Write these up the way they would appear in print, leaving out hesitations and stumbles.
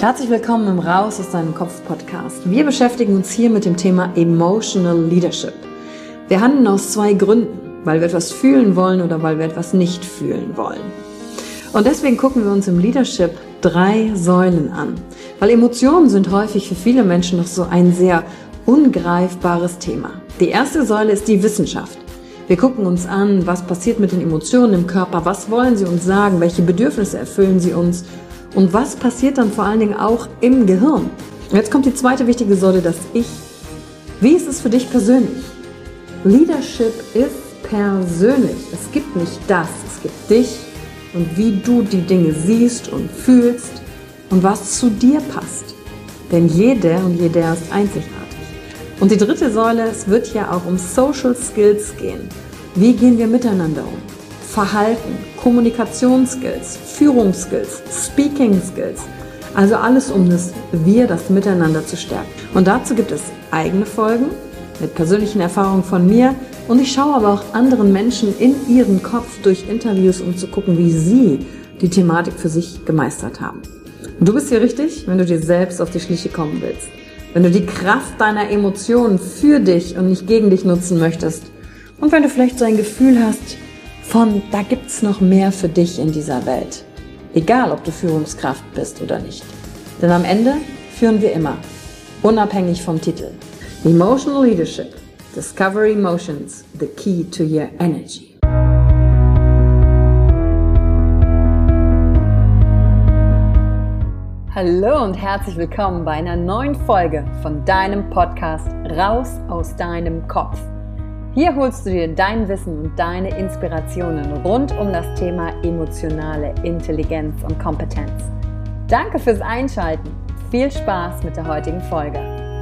Herzlich willkommen im Raus aus deinem Kopf Podcast. Wir beschäftigen uns hier mit dem Thema Emotional Leadership. Wir handeln aus zwei Gründen, weil wir etwas fühlen wollen oder weil wir etwas nicht fühlen wollen. Und deswegen gucken wir uns im Leadership 3 Säulen an, weil Emotionen sind häufig für viele Menschen noch so ein sehr ungreifbares Thema. Die erste Säule ist die Wissenschaft. Wir gucken uns an, was passiert mit den Emotionen im Körper, was wollen sie uns sagen, welche Bedürfnisse erfüllen sie uns und was passiert dann vor allen Dingen auch im Gehirn. Und jetzt kommt die zweite wichtige Säule, das Ich. Wie ist es für dich persönlich? Leadership ist persönlich. Es gibt nicht das, es gibt dich und wie du die Dinge siehst und fühlst und was zu dir passt. Denn jede und jeder ist einzigartig. Und die dritte Säule, es wird ja auch um Social Skills gehen. Wie gehen wir miteinander um? Verhalten, Kommunikationsskills, Führungsskills, Speaking Skills. Also alles um das Miteinander zu stärken. Und dazu gibt es eigene Folgen mit persönlichen Erfahrungen von mir. Und ich schaue aber auch anderen Menschen in ihren Kopf durch Interviews, um zu gucken, wie sie die Thematik für sich gemeistert haben. Und du bist hier richtig, wenn du dir selbst auf die Schliche kommen willst. Wenn du die Kraft deiner Emotionen für dich und nicht gegen dich nutzen möchtest. Und wenn du vielleicht so ein Gefühl hast, da gibt's noch mehr für dich in dieser Welt. Egal, ob du Führungskraft bist oder nicht. Denn am Ende führen wir immer, unabhängig vom Titel. Emotional Leadership. Discover Emotions, the key to your energy. Hallo und herzlich willkommen bei einer neuen Folge von deinem Podcast Raus aus deinem Kopf. Hier holst du dir dein Wissen und deine Inspirationen rund um das Thema emotionale Intelligenz und Kompetenz. Danke fürs Einschalten. Viel Spaß mit der heutigen Folge.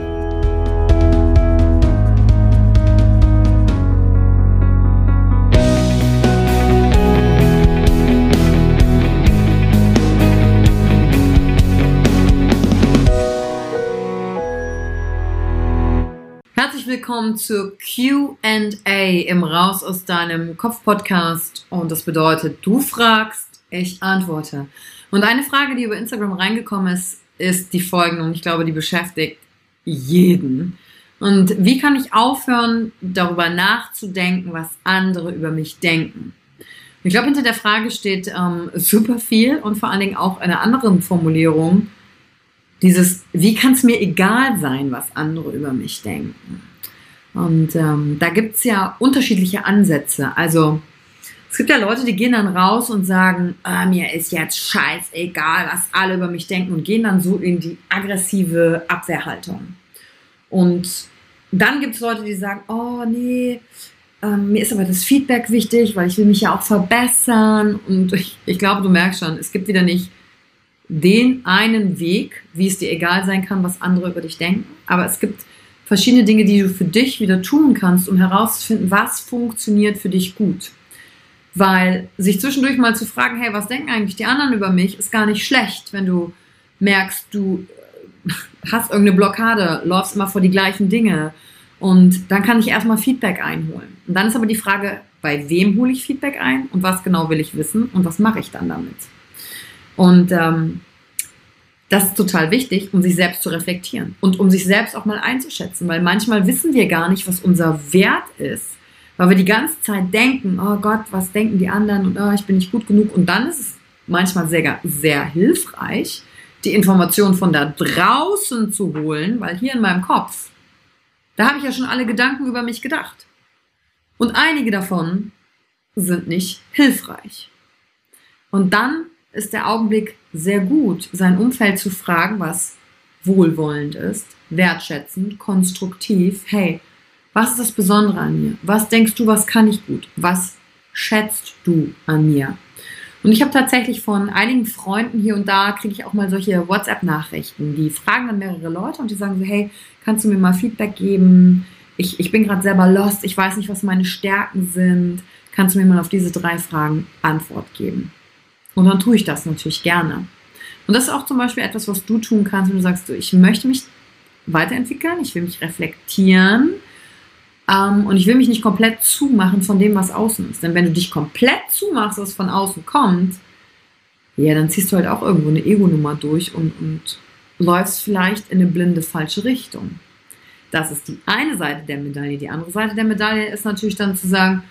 Herzlich willkommen zur Q&A im Raus aus deinem Kopf Podcast. Und das bedeutet, du fragst, ich antworte. Und eine Frage, die über Instagram reingekommen ist die folgende, und ich glaube, die beschäftigt jeden. Und wie kann ich aufhören, darüber nachzudenken, was andere über mich denken? Ich glaube, hinter der Frage steht super viel und vor allen Dingen auch eine andere Formulierung. Wie kann es mir egal sein, was andere über mich denken? Und da gibt's ja unterschiedliche Ansätze. Also es gibt ja Leute, die gehen dann raus und sagen, mir ist jetzt scheißegal, was alle über mich denken, und gehen dann so in die aggressive Abwehrhaltung. Und dann gibt's Leute, die sagen, oh nee, mir ist aber das Feedback wichtig, weil ich will mich ja auch verbessern. Und ich glaube, du merkst schon, es gibt wieder nicht den einen Weg, wie es dir egal sein kann, was andere über dich denken. Aber es gibt verschiedene Dinge, die du für dich wieder tun kannst, um herauszufinden, was funktioniert für dich gut. Weil sich zwischendurch mal zu fragen, hey, was denken eigentlich die anderen über mich, ist gar nicht schlecht, wenn du merkst, du hast irgendeine Blockade, läufst immer vor die gleichen Dinge. Und dann kann ich erstmal Feedback einholen. Und dann ist aber die Frage, bei wem hole ich Feedback ein und was genau will ich wissen und was mache ich dann damit? Und das ist total wichtig, um sich selbst zu reflektieren und um sich selbst auch mal einzuschätzen, weil manchmal wissen wir gar nicht, was unser Wert ist, weil wir die ganze Zeit denken, oh Gott, was denken die anderen und oh, ich bin nicht gut genug. Und dann ist es manchmal sehr, sehr hilfreich, die Informationen von da draußen zu holen, weil hier in meinem Kopf, da habe ich ja schon alle Gedanken über mich gedacht. Und einige davon sind nicht hilfreich. Und dann ist der Augenblick sehr gut, sein Umfeld zu fragen, was wohlwollend ist, wertschätzend, konstruktiv. Hey, was ist das Besondere an mir? Was denkst du, was kann ich gut? Was schätzt du an mir? Und ich habe tatsächlich von einigen Freunden hier und da, kriege ich auch mal solche WhatsApp-Nachrichten, die fragen dann mehrere Leute und die sagen so, hey, kannst du mir mal Feedback geben? Ich bin gerade selber lost, ich weiß nicht, was meine Stärken sind. Kannst du mir mal auf diese 3 Fragen Antwort geben? Und dann tue ich das natürlich gerne. Und das ist auch zum Beispiel etwas, was du tun kannst, wenn du sagst, ich möchte mich weiterentwickeln, ich will mich reflektieren und ich will mich nicht komplett zumachen von dem, was außen ist. Denn wenn du dich komplett zumachst, was von außen kommt, ja, dann ziehst du halt auch irgendwo eine Ego-Nummer durch und läufst vielleicht in eine blinde falsche Richtung. Das ist die eine Seite der Medaille. Die andere Seite der Medaille ist natürlich dann zu sagen,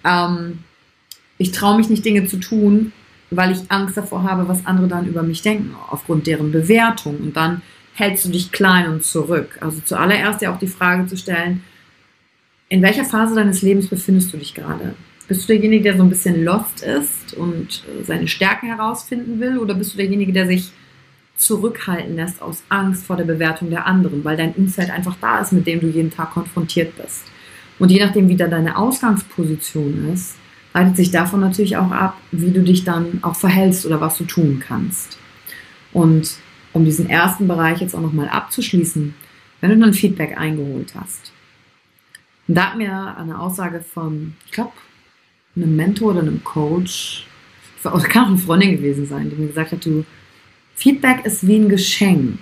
ich traue mich nicht, Dinge zu tun, weil ich Angst davor habe, was andere dann über mich denken, aufgrund deren Bewertung. Und dann hältst du dich klein und zurück. Also zuallererst ja auch die Frage zu stellen, in welcher Phase deines Lebens befindest du dich gerade? Bist du derjenige, der so ein bisschen lost ist und seine Stärken herausfinden will? Oder bist du derjenige, der sich zurückhalten lässt aus Angst vor der Bewertung der anderen, weil dein Umfeld einfach da ist, mit dem du jeden Tag konfrontiert bist? Und je nachdem, wie da deine Ausgangsposition ist, leitet sich davon natürlich auch ab, wie du dich dann auch verhältst oder was du tun kannst. Und um diesen ersten Bereich jetzt auch nochmal abzuschließen, wenn du dann Feedback eingeholt hast. Und da hat mir eine Aussage von, ich glaube, einem Mentor oder einem Coach, oder kann auch eine Freundin gewesen sein, die mir gesagt hat, Feedback ist wie ein Geschenk.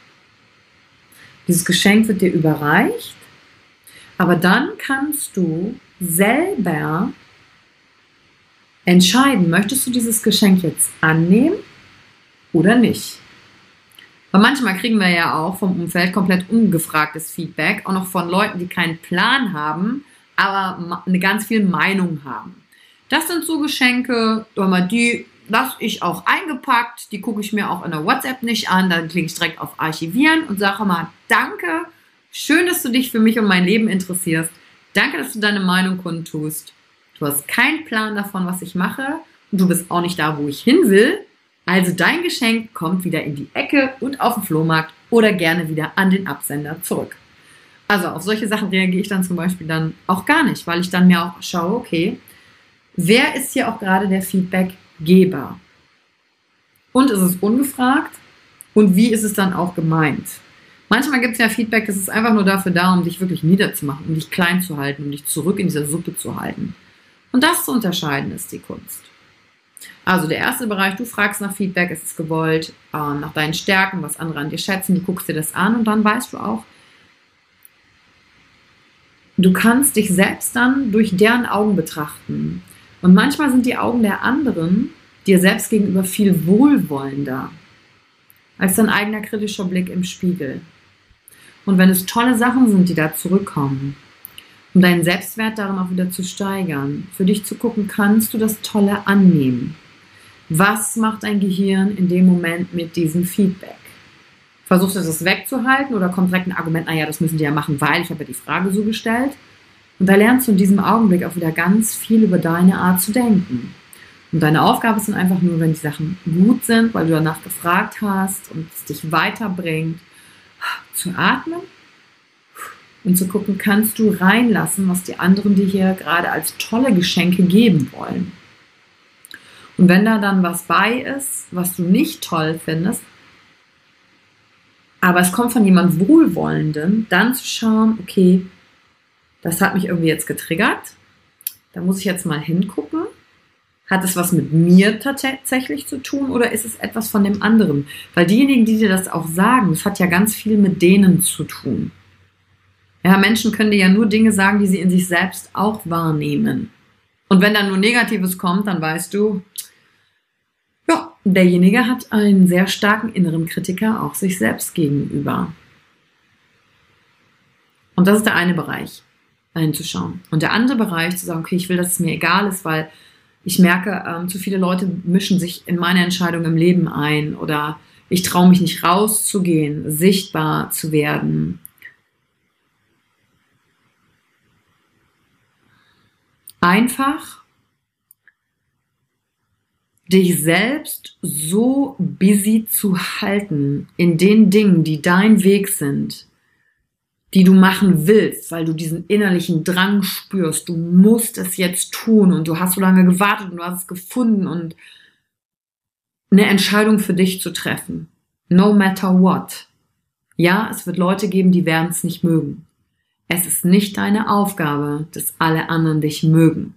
Dieses Geschenk wird dir überreicht, aber dann kannst du selber entscheiden, möchtest du dieses Geschenk jetzt annehmen oder nicht. Weil manchmal kriegen wir ja auch vom Umfeld komplett ungefragtes Feedback, auch noch von Leuten, die keinen Plan haben, aber eine ganz viel Meinung haben. Das sind so Geschenke, die lasse ich auch eingepackt, die gucke ich mir auch in der WhatsApp nicht an, dann klicke ich direkt auf Archivieren und sage mal, danke, schön, dass du dich für mich und mein Leben interessierst, danke, dass du deine Meinung kundtust, du hast keinen Plan davon, was ich mache und du bist auch nicht da, wo ich hin will, also dein Geschenk kommt wieder in die Ecke und auf den Flohmarkt oder gerne wieder an den Absender zurück. Also auf solche Sachen reagiere ich dann zum Beispiel dann auch gar nicht, weil ich dann mir auch schaue, okay, wer ist hier auch gerade der Feedbackgeber? Und ist es ungefragt? Und wie ist es dann auch gemeint? Manchmal gibt es ja Feedback, das ist einfach nur dafür da, um dich wirklich niederzumachen, um dich klein zu halten, um dich zurück in dieser Suppe zu halten. Und das zu unterscheiden ist die Kunst. Also der erste Bereich, du fragst nach Feedback, ist es gewollt, nach deinen Stärken, was andere an dir schätzen, du guckst dir das an und dann weißt du auch, du kannst dich selbst dann durch deren Augen betrachten. Und manchmal sind die Augen der anderen dir selbst gegenüber viel wohlwollender als dein eigener kritischer Blick im Spiegel. Und wenn es tolle Sachen sind, die da zurückkommen, um deinen Selbstwert darin auch wieder zu steigern, für dich zu gucken, kannst du das Tolle annehmen? Was macht dein Gehirn in dem Moment mit diesem Feedback? Versuchst du das wegzuhalten oder kommt direkt ein Argument, naja, das müssen die ja machen, weil ich habe ja die Frage so gestellt. Und da lernst du in diesem Augenblick auch wieder ganz viel über deine Art zu denken. Und deine Aufgabe ist dann einfach nur, wenn die Sachen gut sind, weil du danach gefragt hast und es dich weiterbringt, zu atmen und zu gucken, kannst du reinlassen, was die anderen dir hier gerade als tolle Geschenke geben wollen. Und wenn da dann was bei ist, was du nicht toll findest, aber es kommt von jemandem Wohlwollenden, dann zu schauen, okay, das hat mich irgendwie jetzt getriggert, da muss ich jetzt mal hingucken. Hat es was mit mir tatsächlich zu tun oder ist es etwas von dem anderen? Weil diejenigen, die dir das auch sagen, das hat ja ganz viel mit denen zu tun. Ja, Menschen können dir ja nur Dinge sagen, die sie in sich selbst auch wahrnehmen. Und wenn dann nur Negatives kommt, dann weißt du, ja, derjenige hat einen sehr starken inneren Kritiker auch sich selbst gegenüber. Und das ist der eine Bereich, da hinzuschauen. Und der andere Bereich, zu sagen, okay, ich will, dass es mir egal ist, weil ich merke, zu viele Leute mischen sich in meine Entscheidung im Leben ein oder ich traue mich nicht rauszugehen, sichtbar zu werden. Einfach dich selbst so busy zu halten in den Dingen, die dein Weg sind, die du machen willst, weil du diesen innerlichen Drang spürst, du musst es jetzt tun und du hast so lange gewartet und du hast es gefunden und eine Entscheidung für dich zu treffen. No matter what. Ja, es wird Leute geben, die werden es nicht mögen. Es ist nicht deine Aufgabe, dass alle anderen dich mögen.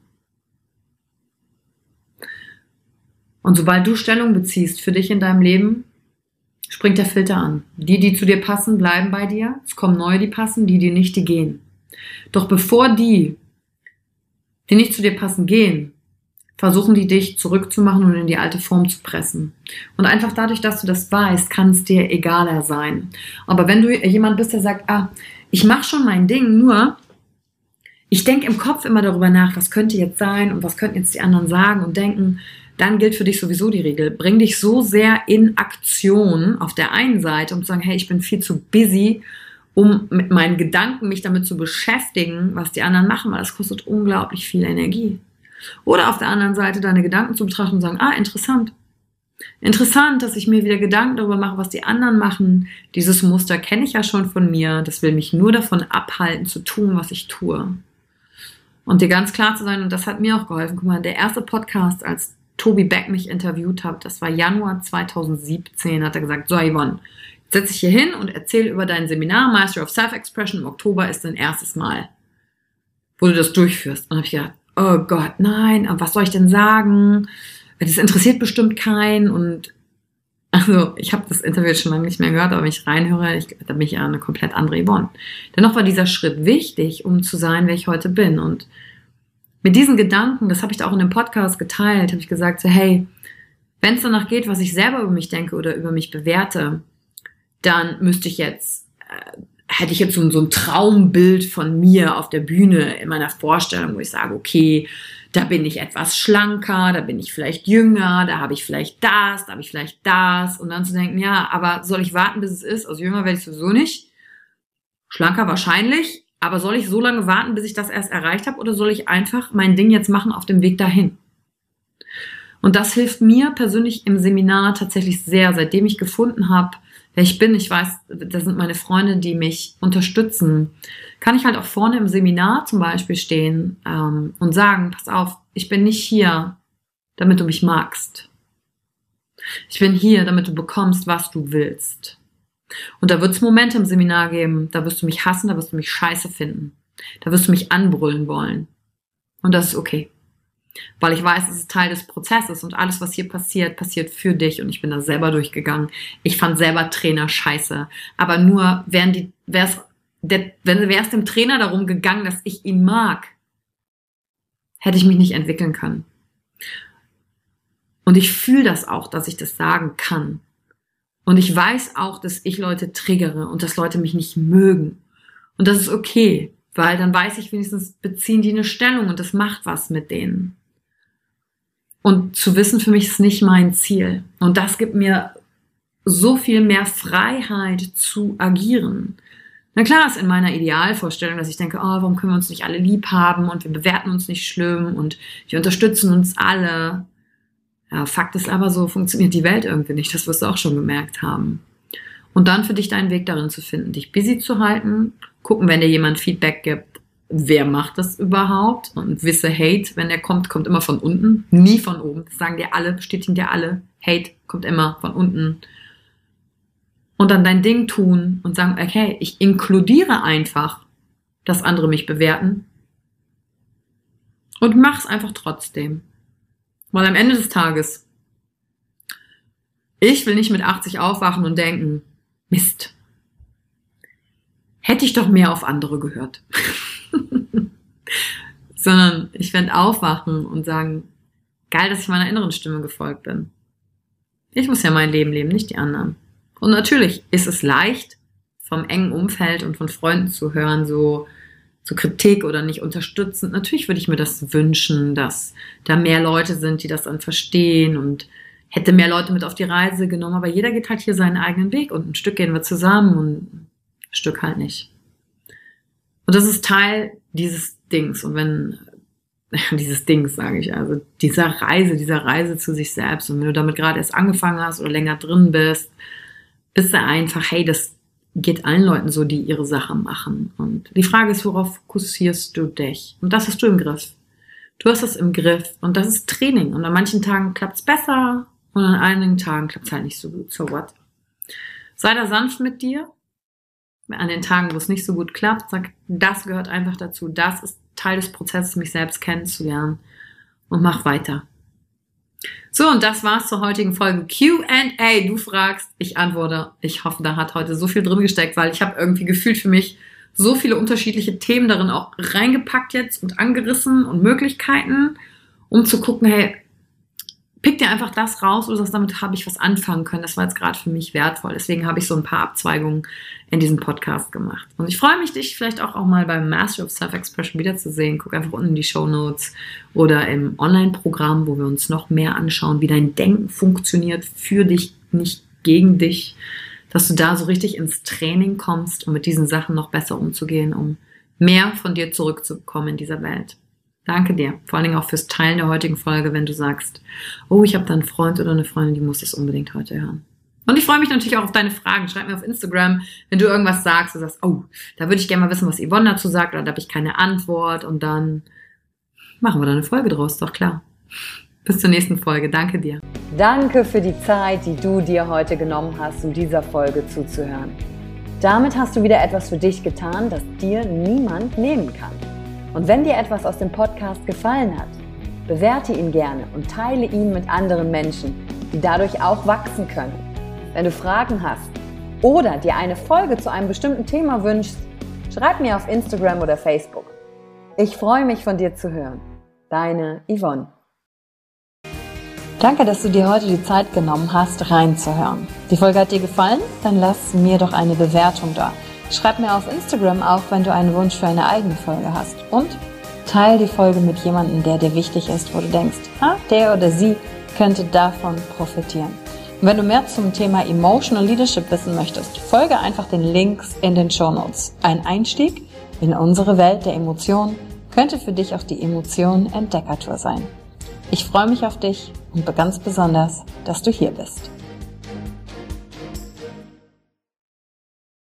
Und sobald du Stellung beziehst für dich in deinem Leben, springt der Filter an. Die zu dir passen, bleiben bei dir. Es kommen neue, die passen. Die nicht, die gehen. Doch bevor die nicht zu dir passen, gehen, versuchen die dich zurückzumachen und in die alte Form zu pressen. Und einfach dadurch, dass du das weißt, kann es dir egaler sein. Aber wenn du jemand bist, der sagt, ich mache schon mein Ding, nur ich denke im Kopf immer darüber nach, was könnte jetzt sein und was könnten jetzt die anderen sagen und denken, dann gilt für dich sowieso die Regel. Bring dich so sehr in Aktion auf der einen Seite, um zu sagen, hey, ich bin viel zu busy, um mit meinen Gedanken mich damit zu beschäftigen, was die anderen machen, weil das kostet unglaublich viel Energie. Oder auf der anderen Seite deine Gedanken zu betrachten und sagen, interessant. Interessant, dass ich mir wieder Gedanken darüber mache, was die anderen machen. Dieses Muster kenne ich ja schon von mir. Das will mich nur davon abhalten, zu tun, was ich tue. Und dir ganz klar zu sein, und das hat mir auch geholfen. Guck mal, der erste Podcast, als Tobi Beck mich interviewt hat, das war Januar 2017, hat er gesagt, so Yvonne, setz dich hier hin und erzähl über dein Seminar Mastery of Self-Expression. Im Oktober ist dein erstes Mal, wo du das durchführst. Und dann habe ich gedacht, oh Gott, nein, aber was soll ich denn sagen? Das interessiert bestimmt keinen. Und also ich habe das Interview jetzt schon lange nicht mehr gehört, aber wenn ich reinhöre, da bin ich ja eine komplett andere Yvonne. Dennoch war dieser Schritt wichtig, um zu sein, wer ich heute bin. Und mit diesen Gedanken, das habe ich da auch in dem Podcast geteilt, habe ich gesagt, so, hey, wenn es danach geht, was ich selber über mich denke oder über mich bewerte, dann hätte ich jetzt so ein Traumbild von mir auf der Bühne in meiner Vorstellung, wo ich sage, okay, da bin ich etwas schlanker, da bin ich vielleicht jünger, da habe ich vielleicht das, da habe ich vielleicht das. Und dann zu denken, ja, aber soll ich warten, bis es ist? Also jünger werde ich sowieso nicht, schlanker wahrscheinlich, aber soll ich so lange warten, bis ich das erst erreicht habe, oder soll ich einfach mein Ding jetzt machen auf dem Weg dahin? Und das hilft mir persönlich im Seminar tatsächlich sehr, seitdem ich gefunden habe, wer ich bin. Ich weiß, das sind meine Freunde, die mich unterstützen. Kann ich halt auch vorne im Seminar zum Beispiel stehen und sagen, pass auf, ich bin nicht hier, damit du mich magst. Ich bin hier, damit du bekommst, was du willst. Und da wird es Momente im Seminar geben, da wirst du mich hassen, da wirst du mich scheiße finden. Da wirst du mich anbrüllen wollen. Und das ist okay. Weil ich weiß, es ist Teil des Prozesses und alles, was hier passiert, passiert für dich, und ich bin da selber durchgegangen. Ich fand selber Trainer scheiße. Aber nur wäre es dem Trainer darum gegangen, dass ich ihn mag, hätte ich mich nicht entwickeln können. Und ich fühle das auch, dass ich das sagen kann. Und ich weiß auch, dass ich Leute triggere und dass Leute mich nicht mögen. Und das ist okay, weil dann weiß ich wenigstens, beziehen die eine Stellung und das macht was mit denen. Und zu wissen, für mich ist nicht mein Ziel. Und das gibt mir so viel mehr Freiheit zu agieren. Na klar ist in meiner Idealvorstellung, dass ich denke, warum können wir uns nicht alle lieb haben und wir bewerten uns nicht schlimm und wir unterstützen uns alle. Ja, Fakt ist aber, so funktioniert die Welt irgendwie nicht. Das wirst du auch schon gemerkt haben. Und dann für dich deinen Weg darin zu finden, dich busy zu halten, gucken, wenn dir jemand Feedback gibt, wer macht das überhaupt? Und wisse, Hate, wenn der kommt, kommt immer von unten, nie von oben. Das sagen dir alle, bestätigen dir alle. Hate kommt immer von unten. Und dann dein Ding tun und sagen, okay, ich inkludiere einfach, dass andere mich bewerten und mach's einfach trotzdem. Weil am Ende des Tages, ich will nicht mit 80 aufwachen und denken, Mist, hätte ich doch mehr auf andere gehört. Sondern ich werde aufwachen und sagen, geil, dass ich meiner inneren Stimme gefolgt bin. Ich muss ja mein Leben leben, nicht die anderen. Und natürlich ist es leicht, vom engen Umfeld und von Freunden zu hören, so Kritik oder nicht unterstützend. Natürlich würde ich mir das wünschen, dass da mehr Leute sind, die das dann verstehen, und hätte mehr Leute mit auf die Reise genommen. Aber jeder geht halt hier seinen eigenen Weg, und ein Stück gehen wir zusammen und ein Stück halt nicht. Und das ist Teil dieses Dings. Und wenn, dieses Dings sage ich, also dieser Reise zu sich selbst. Und wenn du damit gerade erst angefangen hast oder länger drin bist du einfach, hey, das geht allen Leuten so, die ihre Sache machen. Und die Frage ist, worauf fokussierst du dich? Und das hast du im Griff. Du hast das im Griff. Und das ist Training. Und an manchen Tagen klappt's besser und an einigen Tagen klappt's halt nicht so gut. So what? Sei da sanft mit dir. An den Tagen, wo es nicht so gut klappt, sag, das gehört einfach dazu. Das ist Teil des Prozesses, mich selbst kennenzulernen. Und mach weiter. So, und das war's zur heutigen Folge Q&A. Du fragst, ich antworte. Ich hoffe, da hat heute so viel drin gesteckt, weil ich habe irgendwie gefühlt für mich so viele unterschiedliche Themen darin auch reingepackt jetzt und angerissen und Möglichkeiten. um zu gucken, hey, pick dir einfach das raus, wo du sagst, damit habe ich was anfangen können. Das war jetzt gerade für mich wertvoll. Deswegen habe ich so ein paar Abzweigungen in diesem Podcast gemacht. Und ich freue mich, dich vielleicht auch mal beim Master of Self-Expression wiederzusehen. Guck einfach unten in die Shownotes oder im Online-Programm, wo wir uns noch mehr anschauen, wie dein Denken funktioniert für dich, nicht gegen dich. Dass du da so richtig ins Training kommst, um mit diesen Sachen noch besser umzugehen, um mehr von dir zurückzubekommen in dieser Welt. Danke dir, vor allen Dingen auch fürs Teilen der heutigen Folge, wenn du sagst, oh, ich habe da einen Freund oder eine Freundin, die muss das unbedingt heute hören. Und ich freue mich natürlich auch auf deine Fragen. Schreib mir auf Instagram, wenn du irgendwas sagst, du sagst, oh, da würde ich gerne mal wissen, was Yvonne dazu sagt, oder da habe ich keine Antwort, und dann machen wir da eine Folge draus, doch klar. Bis zur nächsten Folge. Danke dir. Danke für die Zeit, die du dir heute genommen hast, um dieser Folge zuzuhören. Damit hast du wieder etwas für dich getan, das dir niemand nehmen kann. Und wenn dir etwas aus dem Podcast gefallen hat, bewerte ihn gerne und teile ihn mit anderen Menschen, die dadurch auch wachsen können. Wenn du Fragen hast oder dir eine Folge zu einem bestimmten Thema wünschst, schreib mir auf Instagram oder Facebook. Ich freue mich, von dir zu hören. Deine Yvonne. Danke, dass du dir heute die Zeit genommen hast, reinzuhören. Die Folge hat dir gefallen? Dann lass mir doch eine Bewertung da. Schreib mir auf Instagram auch, wenn du einen Wunsch für eine eigene Folge hast. Und teile die Folge mit jemandem, der dir wichtig ist, wo du denkst, der oder sie könnte davon profitieren. Und wenn du mehr zum Thema Emotional Leadership wissen möchtest, folge einfach den Links in den Shownotes. Ein Einstieg in unsere Welt der Emotionen könnte für dich auch die Emotionen-Entdeckertour sein. Ich freue mich auf dich und ganz besonders, dass du hier bist.